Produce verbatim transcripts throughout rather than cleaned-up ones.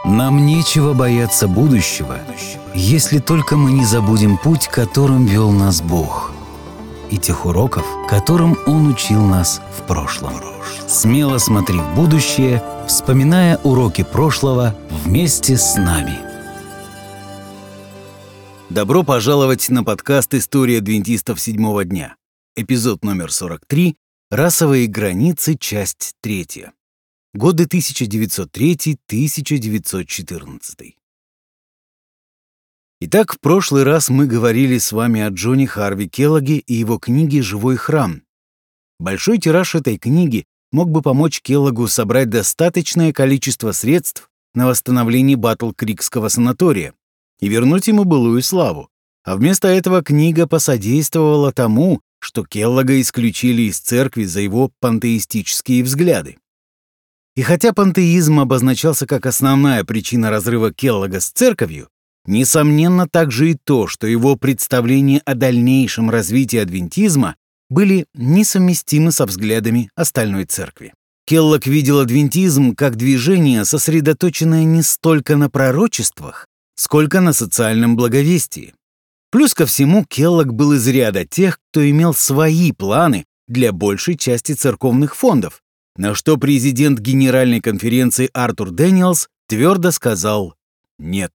Нам нечего бояться будущего, если только мы не забудем путь, которым вел нас Бог, и тех уроков, которым Он учил нас в прошлом. Смело смотри в будущее, вспоминая уроки прошлого вместе с нами. Добро пожаловать на подкаст «История адвентистов седьмого дня». Эпизод номер сорок три. Расовые границы. Часть третья. Годы тысяча девятьсот третий — тысяча девятьсот четырнадцатый. Итак, в прошлый раз мы говорили с вами о Джоне Харви Келлоге и его книге «Живой храм». Большой тираж этой книги мог бы помочь Келлогу собрать достаточное количество средств на восстановление Батл-Крикского санатория и вернуть ему былую славу. А вместо этого книга посодействовала тому, что Келлога исключили из церкви за его пантеистические взгляды. И хотя пантеизм обозначался как основная причина разрыва Келлога с церковью, несомненно также и то, что его представления о дальнейшем развитии адвентизма были несовместимы со взглядами остальной церкви. Келлог видел адвентизм как движение, сосредоточенное не столько на пророчествах, сколько на социальном благовестии. Плюс ко всему, Келлог был из ряда тех, кто имел свои планы для большей части церковных фондов, на что президент Генеральной конференции Артур Дэниелс твердо сказал «нет».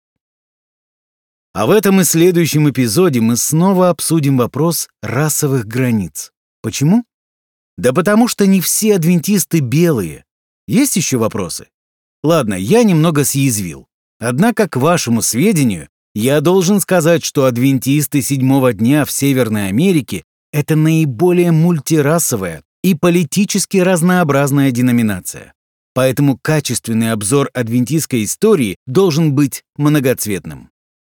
А в этом и следующем эпизоде мы снова обсудим вопрос расовых границ. Почему? Да потому что не все адвентисты белые. Есть еще вопросы? Ладно, я немного съязвил. Однако, к вашему сведению, я должен сказать, что адвентисты седьмого дня в Северной Америке — это наиболее мультирасовая и политически разнообразная деноминация. Поэтому качественный обзор адвентистской истории должен быть многоцветным.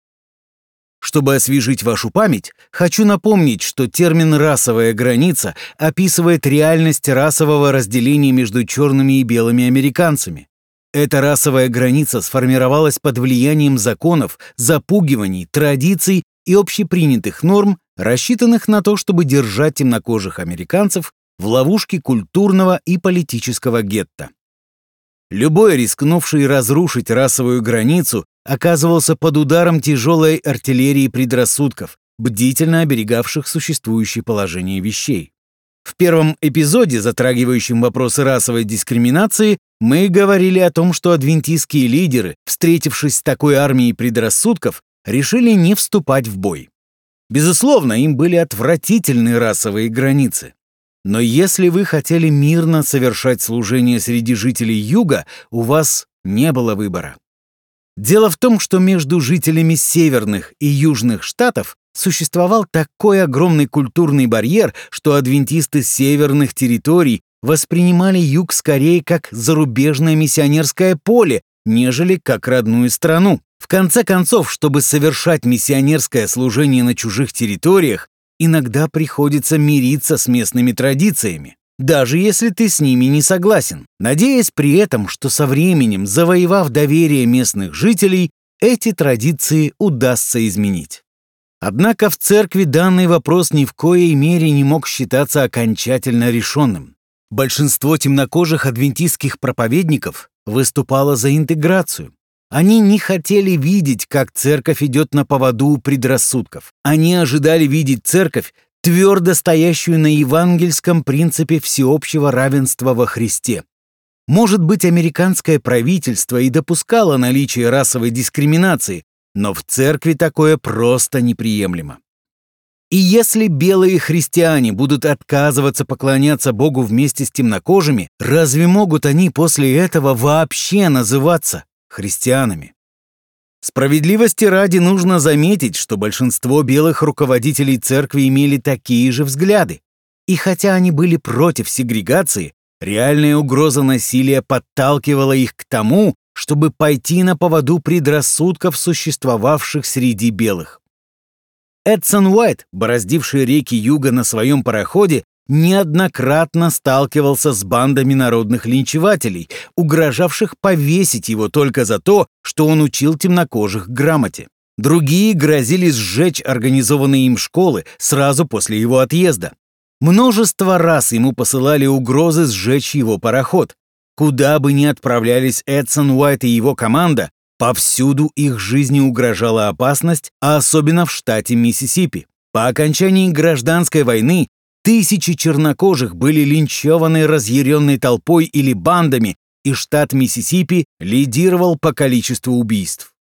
Чтобы освежить вашу память, хочу напомнить, что термин «расовая граница» описывает реальность расового разделения между черными и белыми американцами. Эта расовая граница сформировалась под влиянием законов, запугиваний, традиций и общепринятых норм, рассчитанных на то, чтобы держать темнокожих американцев в ловушке культурного и политического гетто. Любой, рискнувший разрушить расовую границу, оказывался под ударом тяжелой артиллерии предрассудков, бдительно оберегавших существующее положение вещей. В первом эпизоде, затрагивающем вопросы расовой дискриминации, мы говорили о том, что адвентистские лидеры, встретившись с такой армией предрассудков, решили не вступать в бой. Безусловно, им были отвратительны расовые границы. Но если вы хотели мирно совершать служение среди жителей Юга, у вас не было выбора. Дело в том, что между жителями северных и южных штатов существовал такой огромный культурный барьер, что адвентисты северных территорий воспринимали Юг скорее как зарубежное миссионерское поле, нежели как родную страну. В конце концов, чтобы совершать миссионерское служение на чужих территориях, иногда приходится мириться с местными традициями, даже если ты с ними не согласен, надеясь при этом, что со временем, завоевав доверие местных жителей, эти традиции удастся изменить. Однако в церкви данный вопрос ни в коей мере не мог считаться окончательно решенным. Большинство темнокожих адвентистских проповедников выступало за интеграцию. Они не хотели видеть, как церковь идет на поводу у предрассудков. Они ожидали видеть церковь, твердо стоящую на евангельском принципе всеобщего равенства во Христе. Может быть, американское правительство и допускало наличие расовой дискриминации, но в церкви такое просто неприемлемо. И если белые христиане будут отказываться поклоняться Богу вместе с темнокожими, разве могут они после этого вообще называться христианами? Справедливости ради нужно заметить, что большинство белых руководителей церкви имели такие же взгляды. И хотя они были против сегрегации, реальная угроза насилия подталкивала их к тому, чтобы пойти на поводу предрассудков, существовавших среди белых. Эдсон Уайт, бороздивший реки Юга на своем пароходе, неоднократно сталкивался с бандами народных линчевателей, угрожавших повесить его только за то, что он учил темнокожих грамоте. Другие грозили сжечь организованные им школы сразу после его отъезда. Множество раз ему посылали угрозы сжечь его пароход. Куда бы ни отправлялись Эдсон Уайт и его команда, Повсюду их жизни угрожала опасность, а особенно в штате Миссисипи. По окончании гражданской войны тысячи чернокожих были линчеваны разъяренной толпой или бандами, и штат Миссисипи лидировал по количеству убийств.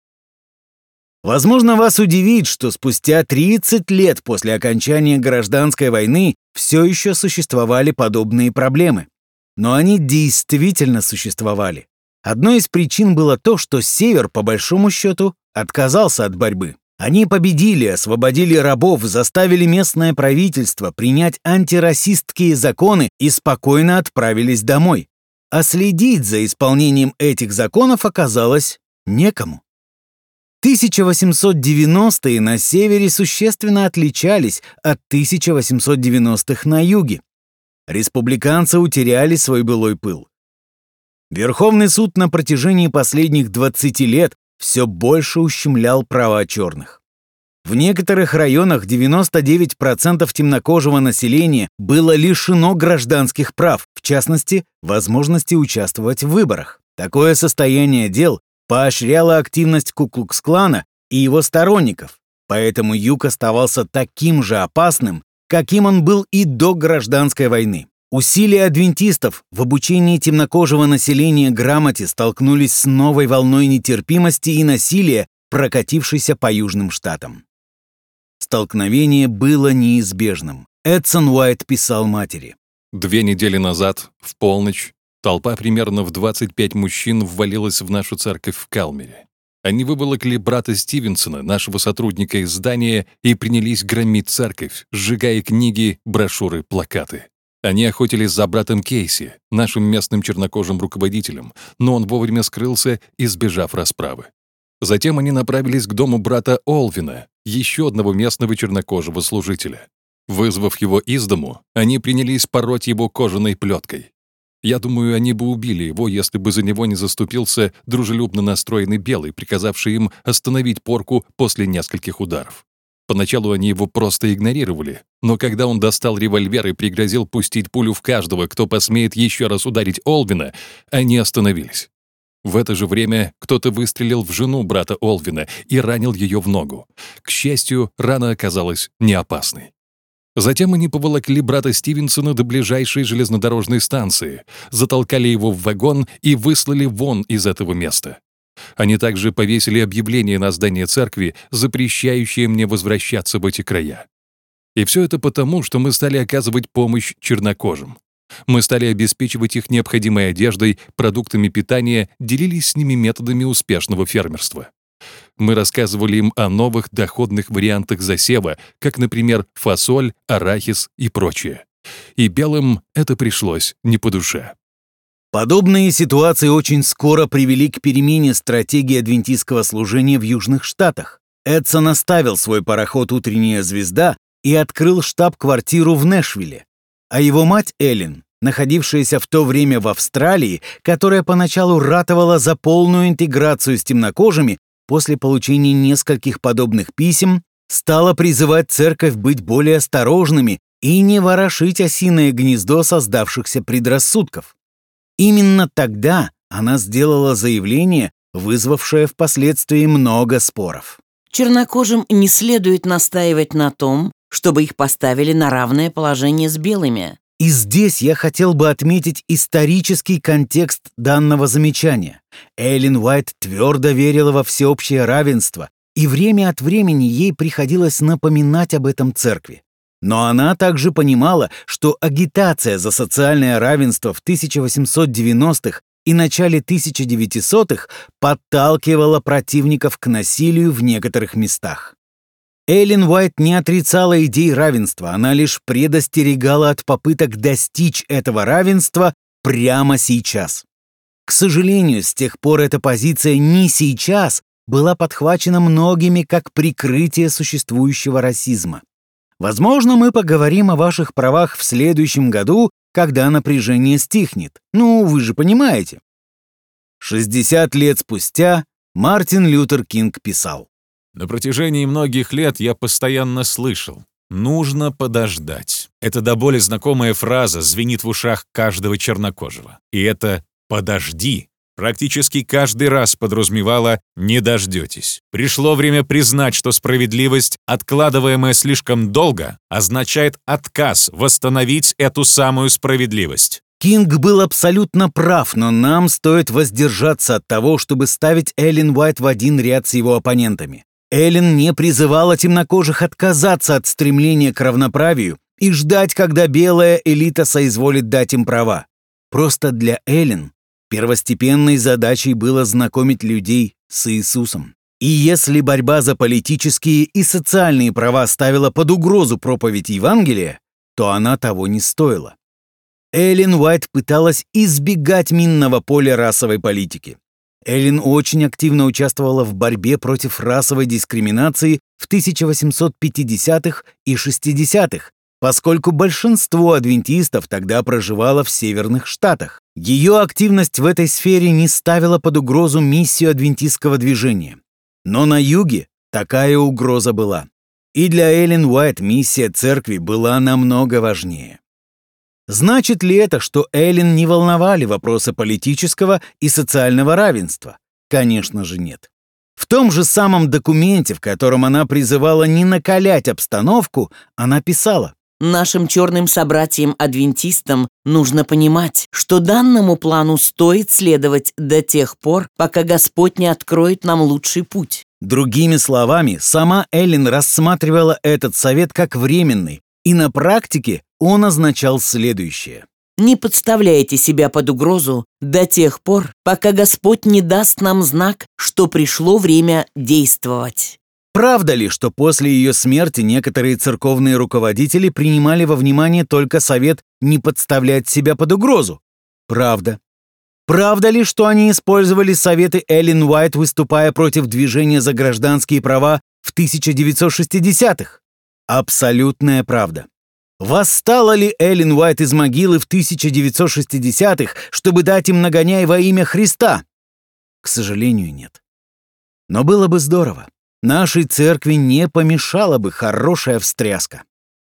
Возможно, вас удивит, что спустя тридцать лет после окончания гражданской войны все еще существовали подобные проблемы. Но они действительно существовали. Одной из причин было то, что Север, по большому счету, отказался от борьбы. Они победили, освободили рабов, заставили местное правительство принять антирасистские законы и спокойно отправились домой. А следить за исполнением этих законов оказалось некому. тысяча восемьсот девяностые на Севере существенно отличались от тысяча восемьсот девяностых на Юге. Республиканцы утеряли свой былой пыл. Верховный суд на протяжении последних двадцати лет все больше ущемлял права черных. В некоторых районах девяносто девять процентов темнокожего населения было лишено гражданских прав, в частности, возможности участвовать в выборах. Такое состояние дел поощряло активность Ку-Клукс-клана и его сторонников, поэтому Юг оставался таким же опасным, каким он был и до гражданской войны. Усилия адвентистов в обучении темнокожего населения грамоте столкнулись с новой волной нетерпимости и насилия, прокатившейся по южным штатам. Столкновение было неизбежным. Эдсон Уайт писал матери. Две недели назад, в полночь, толпа примерно в двадцать пять мужчин ввалилась в нашу церковь в Калмере. Они выволокли брата Стивенсона, нашего сотрудника из здания, и принялись громить церковь, сжигая книги, брошюры, плакаты. Они охотились за братом Кейси, нашим местным чернокожим руководителем, но он вовремя скрылся, избежав расправы. Затем они направились к дому брата Олвина, еще одного местного чернокожего служителя. Вызвав его из дому, они принялись пороть его кожаной плеткой. Я думаю, они бы убили его, если бы за него не заступился дружелюбно настроенный белый, приказавший им остановить порку после нескольких ударов. Поначалу они его просто игнорировали, но когда он достал револьвер и пригрозил пустить пулю в каждого, кто посмеет еще раз ударить Олвина, они остановились. В это же время кто-то выстрелил в жену брата Олвина и ранил ее в ногу. К счастью, рана оказалась не опасной. Затем они поволокли брата Стивенсона до ближайшей железнодорожной станции, затолкали его в вагон и выслали вон из этого места. Они также повесили объявление на здание церкви, запрещающее мне возвращаться в эти края. И все это потому, что мы стали оказывать помощь чернокожим. Мы стали обеспечивать их необходимой одеждой, продуктами питания, делились с ними методами успешного фермерства. Мы рассказывали им о новых доходных вариантах засева, как, например, фасоль, арахис и прочее. И белым это пришлось не по душе. Подобные ситуации очень скоро привели к перемене стратегии адвентистского служения в Южных Штатах. Эдсон оставил свой пароход «Утренняя звезда» и открыл штаб-квартиру в Нэшвилле. А его мать Эллен, находившаяся в то время в Австралии, которая поначалу ратовала за полную интеграцию с темнокожими, после получения нескольких подобных писем, стала призывать церковь быть более осторожными и не ворошить осиное гнездо создавшихся предрассудков. Именно тогда она сделала заявление, вызвавшее впоследствии много споров. Чернокожим не следует настаивать на том, чтобы их поставили на равное положение с белыми. И здесь я хотел бы отметить исторический контекст данного замечания. Эллен Уайт твердо верила во всеобщее равенство, и время от времени ей приходилось напоминать об этом церкви. Но она также понимала, что агитация за социальное равенство в тысяча восемьсот девяностых и начале тысяча девятисотых подталкивала противников к насилию в некоторых местах. Эллен Уайт не отрицала идей равенства, она лишь предостерегала от попыток достичь этого равенства прямо сейчас. К сожалению, с тех пор эта позиция «не сейчас» была подхвачена многими как прикрытие существующего расизма. Возможно, мы поговорим о ваших правах в следующем году, когда напряжение стихнет. Ну, вы же понимаете. шестьдесят лет спустя Мартин Лютер Кинг писал: На протяжении многих лет я постоянно слышал: «Нужно подождать». Эта до боли знакомая фраза звенит в ушах каждого чернокожего. И это «подожди» практически каждый раз подразумевала «не дождетесь». Пришло время признать, что справедливость, откладываемая слишком долго, означает отказ восстановить эту самую справедливость. Кинг был абсолютно прав, но нам стоит воздержаться от того, чтобы ставить Эллен Уайт в один ряд с его оппонентами. Эллен не призывала темнокожих отказаться от стремления к равноправию и ждать, когда белая элита соизволит дать им права. Просто для Эллен первостепенной задачей было знакомить людей с Иисусом. И если борьба за политические и социальные права ставила под угрозу проповедь Евангелия, то она того не стоила. Эллен Уайт пыталась избегать минного поля расовой политики. Эллен очень активно участвовала в борьбе против расовой дискриминации в тысяча восемьсот пятидесятых и шестидесятых, поскольку большинство адвентистов тогда проживало в северных штатах. Ее активность в этой сфере не ставила под угрозу миссию адвентистского движения. Но на юге такая угроза была. И для Эллен Уайт миссия церкви была намного важнее. Значит ли это, что Эллен не волновали вопросы политического и социального равенства? Конечно же нет. В том же самом документе, в котором она призывала не накалять обстановку, она писала: «Нашим черным собратьям-адвентистам нужно понимать, что данному плану стоит следовать до тех пор, пока Господь не откроет нам лучший путь». Другими словами, сама Эллен рассматривала этот совет как временный, и на практике он означал следующее. Не подставляйте себя под угрозу до тех пор, пока Господь не даст нам знак, что пришло время действовать. Правда ли, что после ее смерти некоторые церковные руководители принимали во внимание только совет не подставлять себя под угрозу? Правда. Правда ли, что они использовали советы Эллен Уайт, выступая против движения за гражданские права в тысяча девятьсот шестидесятых? Абсолютная правда. Восстала ли Эллен Уайт из могилы в тысяча девятьсот шестидесятых, чтобы дать им нагоняй во имя Христа? К сожалению, нет. Но было бы здорово. Нашей церкви не помешала бы хорошая встряска.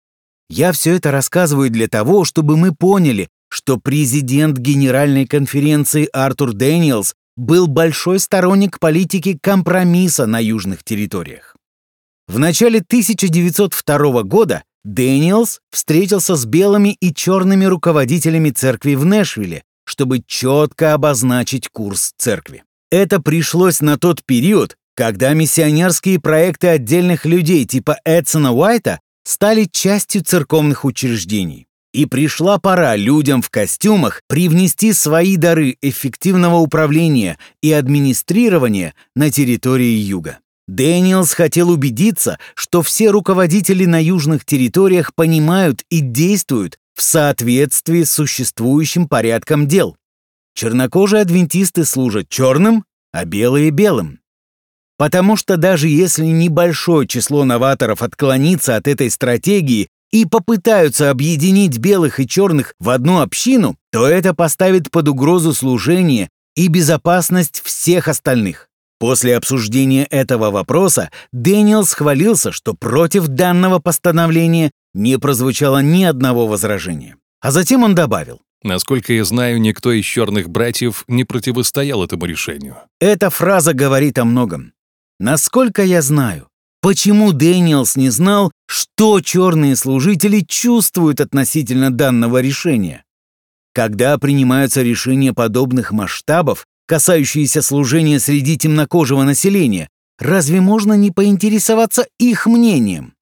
Я все это рассказываю для того, чтобы мы поняли, что президент Генеральной конференции Артур Дэниелс был большой сторонник политики компромисса на южных территориях. В начале тысяча девятьсот второго года Дэниелс встретился с белыми и черными руководителями церкви в Нэшвилле, чтобы четко обозначить курс церкви. Это пришлось на тот период, когда миссионерские проекты отдельных людей типа Эдсона Уайта стали частью церковных учреждений. И пришла пора людям в костюмах привнести свои дары эффективного управления и администрирования на территории Юга. Дэниелс хотел убедиться, что все руководители на южных территориях понимают и действуют в соответствии с существующим порядком дел. Чернокожие адвентисты служат черным, а белые — белым. Потому что даже если небольшое число новаторов отклонится от этой стратегии и попытаются объединить белых и черных в одну общину, то это поставит под угрозу служение и безопасность всех остальных. После обсуждения этого вопроса Дэниелс хвалился, что против данного постановления не прозвучало ни одного возражения. А затем он добавил: Насколько я знаю, никто из черных братьев не противостоял этому решению. Эта фраза говорит о многом. Насколько я знаю, почему Дэниелс не знал, что черные служители чувствуют относительно данного решения? Когда принимаются решения подобных масштабов, касающиеся служения среди темнокожего населения, разве можно не поинтересоваться их мнением?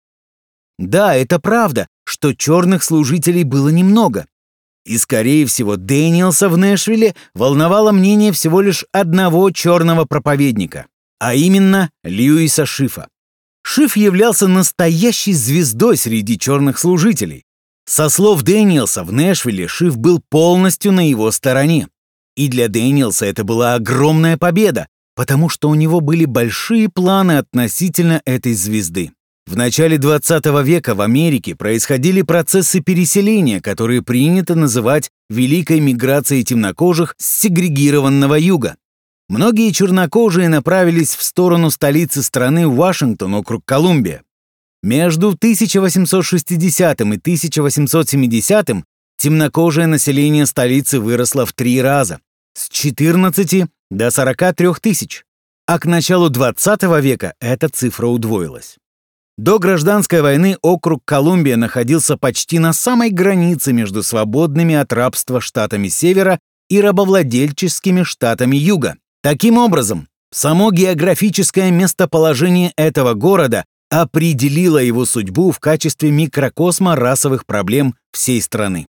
Да, это правда, что черных служителей было немного. И, скорее всего, Дэниелса в Нэшвилле волновало мнение всего лишь одного черного проповедника, а именно Льюиса Шифа. Шиф являлся настоящей звездой среди черных служителей. Со слов Дэниелса, в Нэшвилле Шиф был полностью на его стороне. И для Дэниелса это была огромная победа, потому что у него были большие планы относительно этой звезды. В начале двадцатого века в Америке происходили процессы переселения, которые принято называть Великой миграцией темнокожих с сегрегированного юга. Многие чернокожие направились в сторону столицы страны Вашингтон, округ Колумбия. Между тысяча восемьсот шестидесятым и тысяча восемьсот семидесятым темнокожее население столицы выросло в три раза — с четырнадцати до сорока трёх тысяч, а к началу двадцатого века эта цифра удвоилась. До гражданской войны округ Колумбия находился почти на самой границе между свободными от рабства штатами Севера и рабовладельческими штатами Юга. Таким образом, само географическое местоположение этого города определило его судьбу в качестве микрокосма расовых проблем всей страны.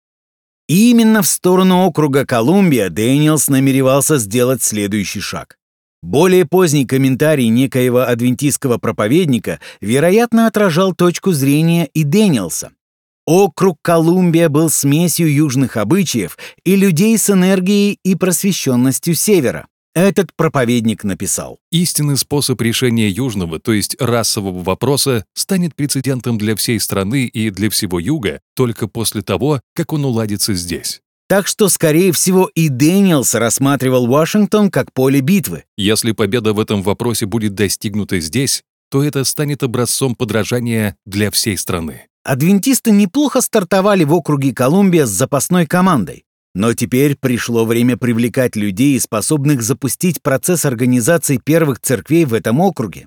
И именно в сторону округа Колумбия Дэниелс намеревался сделать следующий шаг. Более поздний комментарий некоего адвентистского проповедника, вероятно, отражал точку зрения и Дэниелса. Округ Колумбия был смесью южных обычаев и людей с энергией и просвещенностью Севера. Этот проповедник написал: «Истинный способ решения южного, то есть расового вопроса, станет прецедентом для всей страны и для всего Юга только после того, как он уладится здесь». Так что, скорее всего, и Дэниелс рассматривал Вашингтон как поле битвы. Если победа в этом вопросе будет достигнута здесь, то это станет образцом подражания для всей страны. Адвентисты неплохо стартовали в округе Колумбия с запасной командой. Но теперь пришло время привлекать людей, способных запустить процесс организации первых церквей в этом округе.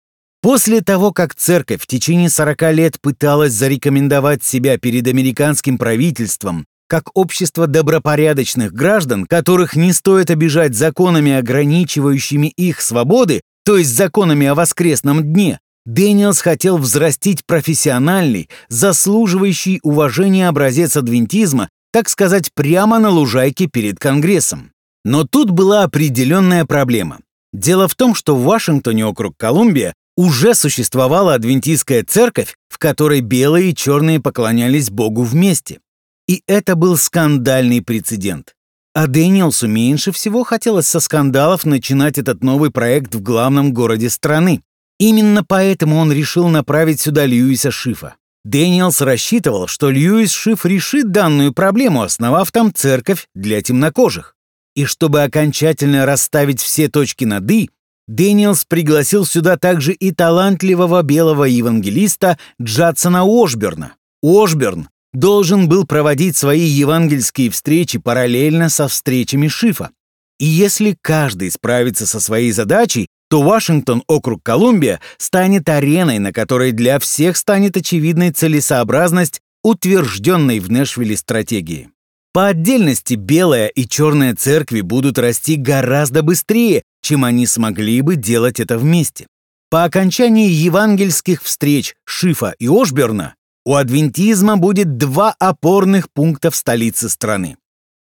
После того, как церковь в течение сорока лет пыталась зарекомендовать себя перед американским правительством как общество добропорядочных граждан, которых не стоит обижать законами, ограничивающими их свободы, то есть законами о воскресном дне, Дэниелс хотел взрастить профессиональный, заслуживающий уважения образец адвентизма, так сказать, прямо на лужайке перед Конгрессом. Но тут была определенная проблема. Дело в том, что в Вашингтоне, округ Колумбия, уже существовала адвентистская церковь, в которой белые и черные поклонялись Богу вместе. И это был скандальный прецедент. А Дэниелсу меньше всего хотелось со скандалов начинать этот новый проект в главном городе страны. Именно поэтому он решил направить сюда Льюиса Шифа. Дэниелс рассчитывал, что Льюис Шиф решит данную проблему, основав там церковь для темнокожих. И чтобы окончательно расставить все точки над «и», Дэниелс пригласил сюда также и талантливого белого евангелиста Джадсона Уошберна. Уошберн должен был проводить свои евангельские встречи параллельно со встречами Шифа. И если каждый справится со своей задачей, то Вашингтон, округ Колумбия, станет ареной, на которой для всех станет очевидной целесообразность утвержденной в Нэшвилле стратегии. По отдельности белая и черная церкви будут расти гораздо быстрее, чем они смогли бы делать это вместе. По окончании евангельских встреч Шифа и Ошберна у адвентизма будет два опорных пункта в столице страны.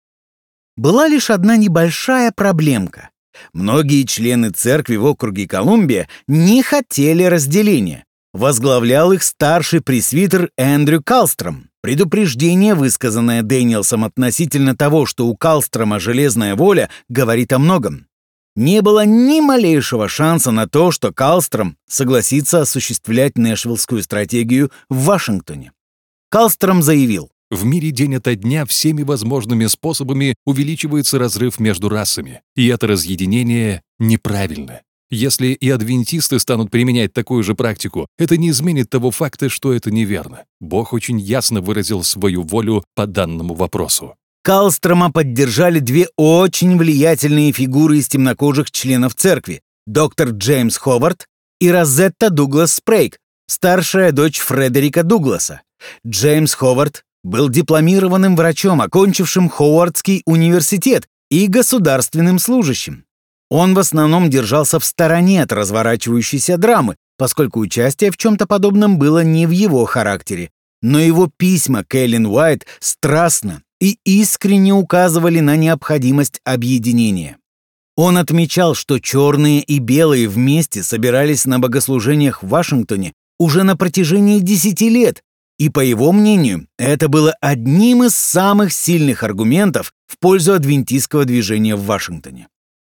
Была лишь одна небольшая проблемка. Многие члены церкви в округе Колумбия не хотели разделения. Возглавлял их старший пресвитер Эндрю Калстром. Предупреждение, высказанное Дэниелсом относительно того, что у Калстрома железная воля, говорит о многом. Не было ни малейшего шанса на то, что Калстром согласится осуществлять нэшвиллскую стратегию в Вашингтоне. Калстром заявил: В мире день ото дня всеми возможными способами увеличивается разрыв между расами, и это разъединение неправильно. Если и адвентисты станут применять такую же практику, это не изменит того факта, что это неверно. Бог очень ясно выразил свою волю по данному вопросу. Калстрома поддержали две очень влиятельные фигуры из темнокожих членов церкви: доктор Джеймс Ховард и Розетта Дуглас Спрейг, старшая дочь Фредерика Дугласа. Джеймс Ховард был дипломированным врачом, окончившим Ховардский университет, и государственным служащим. Он в основном держался в стороне от разворачивающейся драмы, поскольку участие в чем-то подобном было не в его характере. Но его письма к Эллен Уайт страстно и искренне указывали на необходимость объединения. Он отмечал, что черные и белые вместе собирались на богослужениях в Вашингтоне уже на протяжении десяти лет, и, по его мнению, это было одним из самых сильных аргументов в пользу адвентистского движения в Вашингтоне.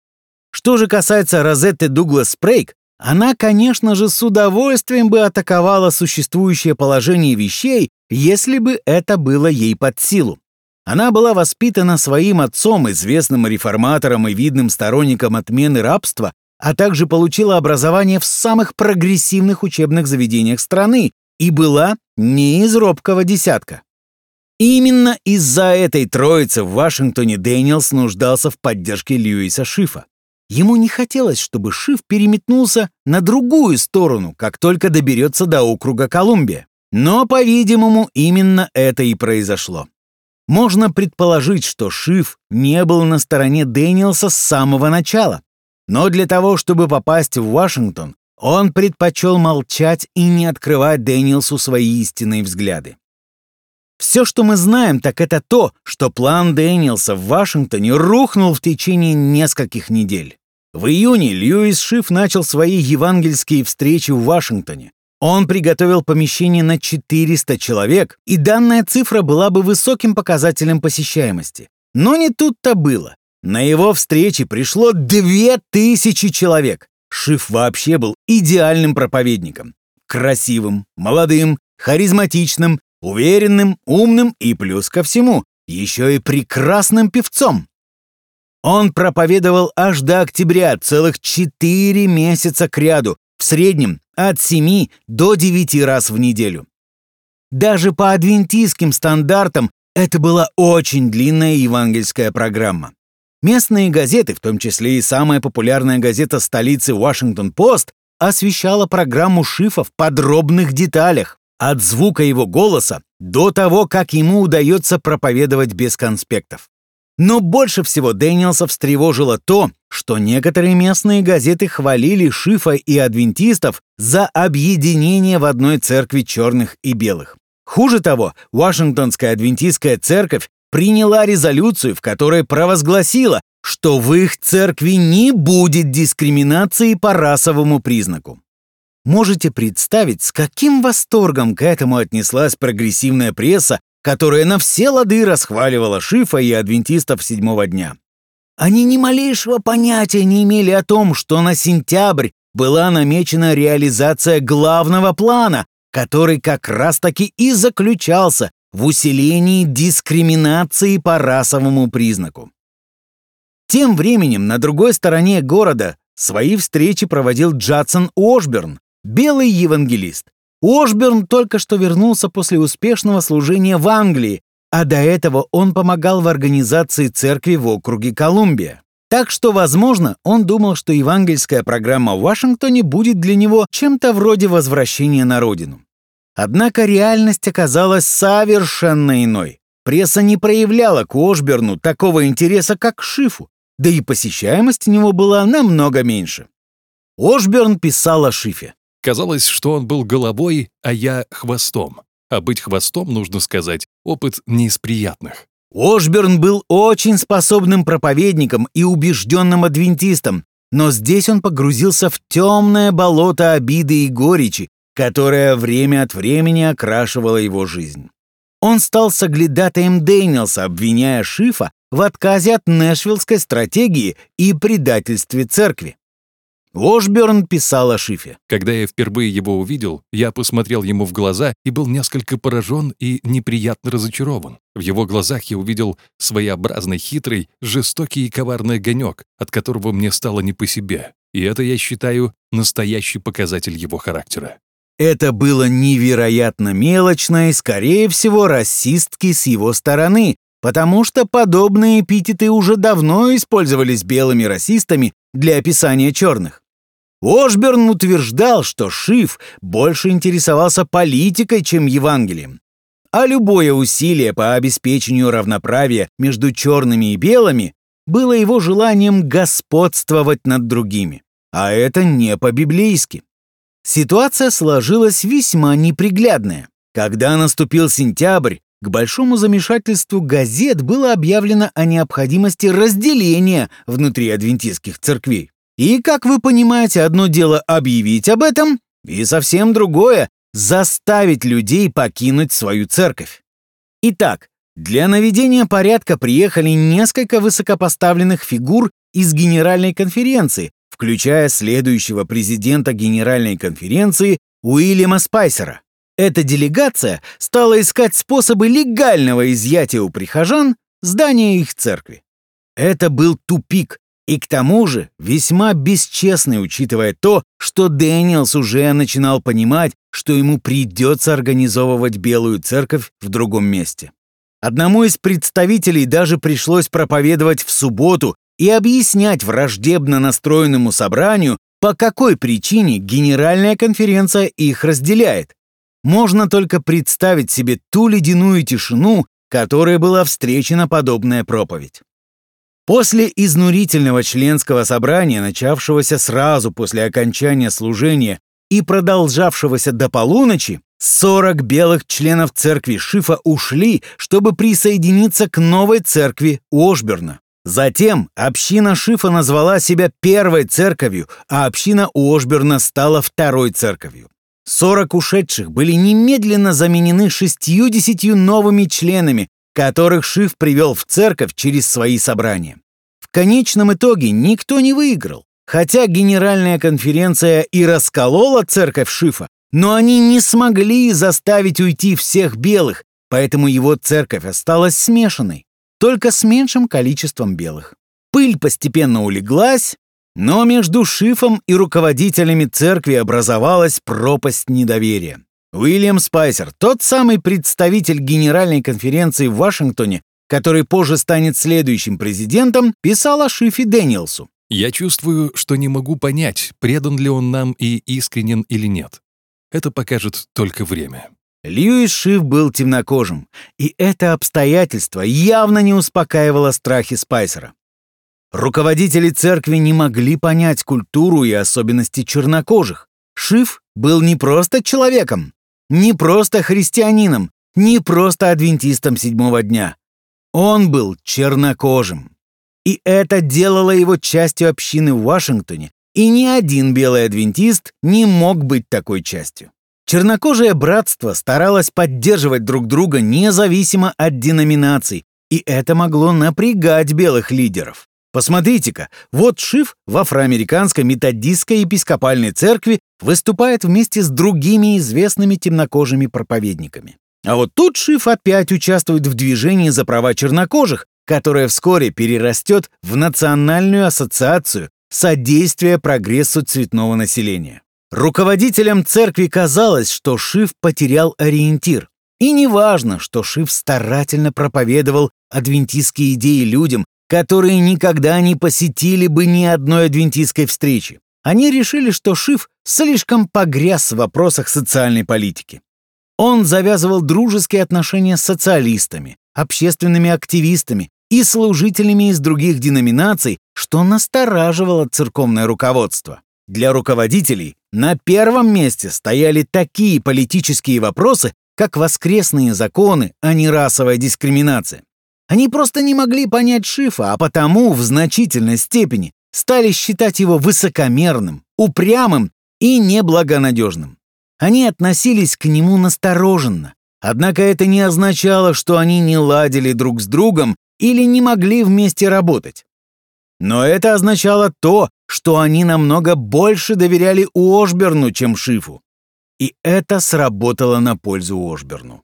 Что же касается Розетты Дуглас Спрейг, она, конечно же, с удовольствием бы атаковала существующее положение вещей, если бы это было ей под силу. Она была воспитана своим отцом, известным реформатором и видным сторонником отмены рабства, а также получила образование в самых прогрессивных учебных заведениях страны и была не из робкого десятка. Именно из-за этой троицы в Вашингтоне Дэниелс нуждался в поддержке Льюиса Шифа. Ему не хотелось, чтобы Шиф переметнулся на другую сторону, как только доберется до округа Колумбия. Но, по-видимому, именно это и произошло. Можно предположить, что Шиф не был на стороне Дэниелса с самого начала. Но для того, чтобы попасть в Вашингтон, он предпочел молчать и не открывать Дэниелсу свои истинные взгляды. Все, что мы знаем, так это то, что план Дэниелса в Вашингтоне рухнул в течение нескольких недель. В июне Льюис Шиф начал свои евангельские встречи в Вашингтоне. Он приготовил помещение на четыреста человек, и данная цифра была бы высоким показателем посещаемости. Но не тут-то было. На его встречи пришло две тысячи человек. Шиф вообще был идеальным проповедником. Красивым, молодым, харизматичным, уверенным, умным и, плюс ко всему, еще и прекрасным певцом. Он проповедовал аж до октября, целых четыре месяца кряду, в среднем от семи до девяти раз в неделю. Даже по адвентистским стандартам это была очень длинная евангельская программа. Местные газеты, в том числе и самая популярная газета столицы «Вашингтон-Пост», освещала программу Шифа в подробных деталях, от звука его голоса до того, как ему удается проповедовать без конспектов. Но больше всего Дэниелса встревожило то, что некоторые местные газеты хвалили Шифа и адвентистов за объединение в одной церкви черных и белых. Хуже того, Вашингтонская адвентистская церковь приняла резолюцию, в которой провозгласила, что в их церкви не будет дискриминации по расовому признаку. Можете представить, с каким восторгом к этому отнеслась прогрессивная пресса, которая на все лады расхваливала Шифа и адвентистов седьмого дня. Они ни малейшего понятия не имели о том, что на сентябрь была намечена реализация главного плана, который как раз-таки и заключался в усилении дискриминации по расовому признаку. Тем временем на другой стороне города свои встречи проводил Джадсон Уошберн, белый евангелист. Уошберн только что вернулся после успешного служения в Англии, а до этого он помогал в организации церкви в округе Колумбия. Так что, возможно, он думал, что евангельская программа в Вашингтоне будет для него чем-то вроде возвращения на родину. Однако реальность оказалась совершенно иной. Пресса не проявляла к Уошберну такого интереса, как к Шифу, да и посещаемость у него была намного меньше. Уошберн писал о Шифе. Казалось, что он был головой, а я хвостом. А быть хвостом, нужно сказать, опыт не из приятных. Уошберн был очень способным проповедником и убежденным адвентистом, но здесь он погрузился в темное болото обиды и горечи, которое время от времени окрашивало его жизнь. Он стал соглядатаем Дэниелса, обвиняя Шифа в отказе от нэшвиллской стратегии и предательстве церкви. Уошберн писал о Шифе. Когда я впервые его увидел, я посмотрел ему в глаза и был несколько поражен и неприятно разочарован. В его глазах я увидел своеобразный, хитрый, жестокий и коварный огонек, от которого мне стало не по себе. И это, я считаю, настоящий показатель его характера. Это было невероятно мелочно и, скорее всего, расистски с его стороны, потому что подобные эпитеты уже давно использовались белыми расистами для описания черных. Уошберн утверждал, что Шиф больше интересовался политикой, чем Евангелием, а любое усилие по обеспечению равноправия между черными и белыми было его желанием господствовать над другими, а это не по-библейски. Ситуация сложилась весьма неприглядная. Когда наступил сентябрь, к большому замешательству газет было объявлено о необходимости разделения внутри адвентистских церквей. И, как вы понимаете, одно дело объявить об этом, и совсем другое — заставить людей покинуть свою церковь. Итак, для наведения порядка приехали несколько высокопоставленных фигур из Генеральной конференции, включая следующего президента Генеральной конференции Уильяма Спайсера. Эта делегация стала искать способы легального изъятия у прихожан здания их церкви. Это был тупик, и к тому же весьма бесчестный, учитывая то, что Дэниелс уже начинал понимать, что ему придется организовывать Белую церковь в другом месте. Одному из представителей даже пришлось проповедовать в субботу, и объяснять враждебно настроенному собранию, по какой причине Генеральная конференция их разделяет. Можно только представить себе ту ледяную тишину, которой была встречена подобная проповедь. После изнурительного членского собрания, начавшегося сразу после окончания служения и продолжавшегося до полуночи, сорок белых членов церкви Шифа ушли, чтобы присоединиться к новой церкви Уошберна. Затем община Шифа назвала себя первой церковью, а община Уошберна стала второй церковью. сорок ушедших были немедленно заменены шестьюдесятью новыми членами, которых Шиф привел в церковь через свои собрания. В конечном итоге никто не выиграл. Хотя Генеральная конференция и расколола церковь Шифа, но они не смогли заставить уйти всех белых, поэтому его церковь осталась смешанной, только с меньшим количеством белых. Пыль постепенно улеглась, но между Шифом и руководителями церкви образовалась пропасть недоверия. Уильям Спайсер, тот самый представитель Генеральной конференции в Вашингтоне, который позже станет следующим президентом, писал о Шифе Дэниелсу. «Я чувствую, что не могу понять, предан ли он нам и искренен или нет. Это покажет только время». Льюис Шиф был темнокожим, и это обстоятельство явно не успокаивало страхи Спайсера. Руководители церкви не могли понять культуру и особенности чернокожих. Шиф был не просто человеком, не просто христианином, не просто адвентистом седьмого дня. Он был чернокожим. И это делало его частью общины в Вашингтоне, и ни один белый адвентист не мог быть такой частью. Чернокожее братство старалось поддерживать друг друга независимо от деноминаций, и это могло напрягать белых лидеров. Посмотрите-ка, вот Шиф в Афроамериканской методистской епископальной церкви выступает вместе с другими известными темнокожими проповедниками. А вот тут Шиф опять участвует в движении за права чернокожих, которое вскоре перерастет в Национальную ассоциацию содействия прогрессу цветного населения. Руководителям церкви казалось, что Шиф потерял ориентир. И не важно, что Шиф старательно проповедовал адвентистские идеи людям, которые никогда не посетили бы ни одной адвентистской встречи. Они решили, что Шиф слишком погряз в вопросах социальной политики. Он завязывал дружеские отношения с социалистами, общественными активистами и служителями из других деноминаций, что настораживало церковное руководство. Для руководителей на первом месте стояли такие политические вопросы, как воскресные законы, а не расовая дискриминация. Они просто не могли понять Шифа, а потому в значительной степени стали считать его высокомерным, упрямым и неблагонадежным. Они относились к нему настороженно, однако это не означало, что они не ладили друг с другом или не могли вместе работать. Но это означало то, что они намного больше доверяли Уошберну, чем Шифу. И это сработало на пользу Уошберну.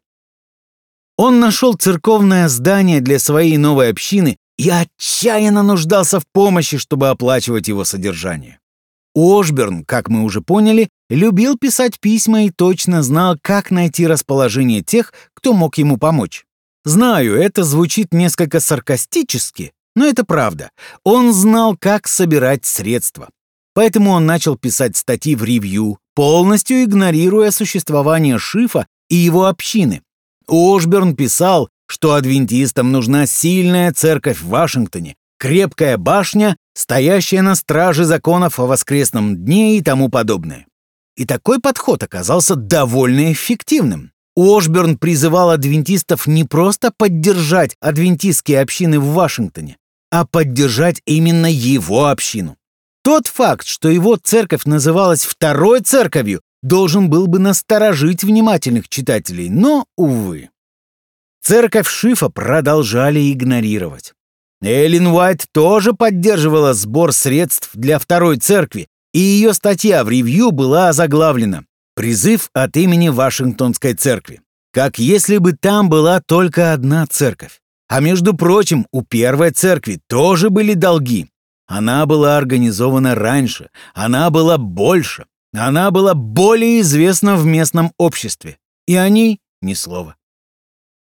Он нашел церковное здание для своей новой общины и отчаянно нуждался в помощи, чтобы оплачивать его содержание. Уошберн, как мы уже поняли, любил писать письма и точно знал, как найти расположение тех, кто мог ему помочь. Знаю, это звучит несколько саркастически, но это правда. Он знал, как собирать средства. Поэтому он начал писать статьи в ревью, полностью игнорируя существование Шифа и его общины. Уошберн писал, что адвентистам нужна сильная церковь в Вашингтоне, крепкая башня, стоящая на страже законов о воскресном дне и тому подобное. И такой подход оказался довольно эффективным. Уошберн призывал адвентистов не просто поддержать адвентистские общины в Вашингтоне, а поддержать именно его общину. Тот факт, что его церковь называлась второй церковью, должен был бы насторожить внимательных читателей, но, увы. Церковь Шифа продолжали игнорировать. Эллен Уайт тоже поддерживала сбор средств для второй церкви, и ее статья в ревью была озаглавлена «Призыв от имени Вашингтонской церкви». Как если бы там была только одна церковь. А между прочим, у первой церкви тоже были долги. Она была организована раньше, она была больше, она была более известна в местном обществе. И о ней ни слова.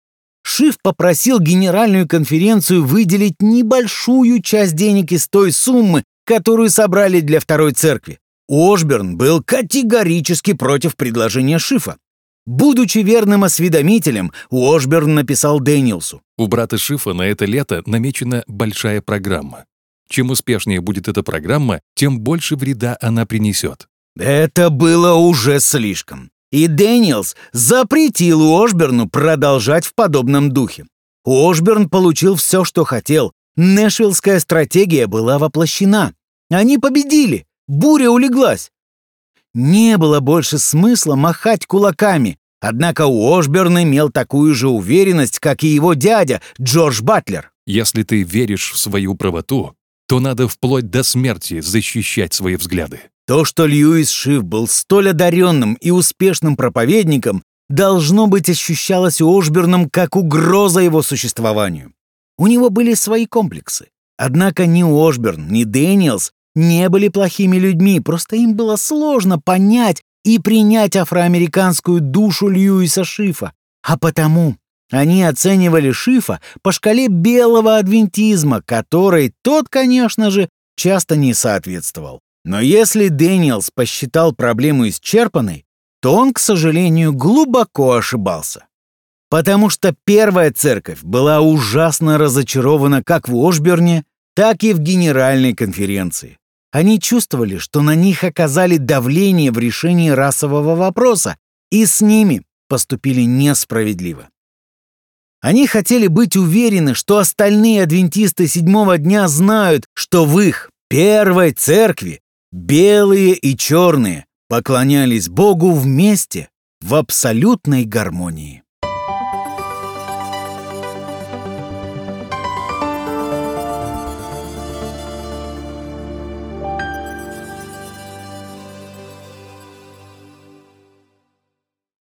Шиф попросил Генеральную конференцию выделить небольшую часть денег из той суммы, которую собрали для второй церкви. Ошберн был категорически против предложения Шифа. Будучи верным осведомителем, Ошберн написал Дэниелсу: У брата Шифа на это лето намечена большая программа. Чем успешнее будет эта программа, тем больше вреда она принесет. Это было уже слишком. И Дэниелс запретил Ошберну продолжать в подобном духе. Ошберн получил все, что хотел. Нэшвиллская стратегия была воплощена. Они победили. Буря улеглась. Не было больше смысла махать кулаками. Однако Ошберн имел такую же уверенность, как и его дядя Джордж Батлер. Если ты веришь в свою правоту, то надо вплоть до смерти защищать свои взгляды. То, что Льюис Шиф был столь одаренным и успешным проповедником, должно быть ощущалось Ошберном как угроза его существованию. У него были свои комплексы. Однако ни Ошберн, ни Дэниелс не были плохими людьми, просто им было сложно понять и принять афроамериканскую душу Льюиса Шифа. А потому они оценивали Шифа по шкале белого адвентизма, которой тот, конечно же, часто не соответствовал. Но если Дэниелс посчитал проблему исчерпанной, то он, к сожалению, глубоко ошибался. Потому что первая церковь была ужасно разочарована как в Ошберне, так и в Генеральной конференции. Они чувствовали, что на них оказали давление в решении расового вопроса, и с ними поступили несправедливо. Они хотели быть уверены, что остальные адвентисты седьмого дня знают, что в их первой церкви белые и черные поклонялись Богу вместе в абсолютной гармонии.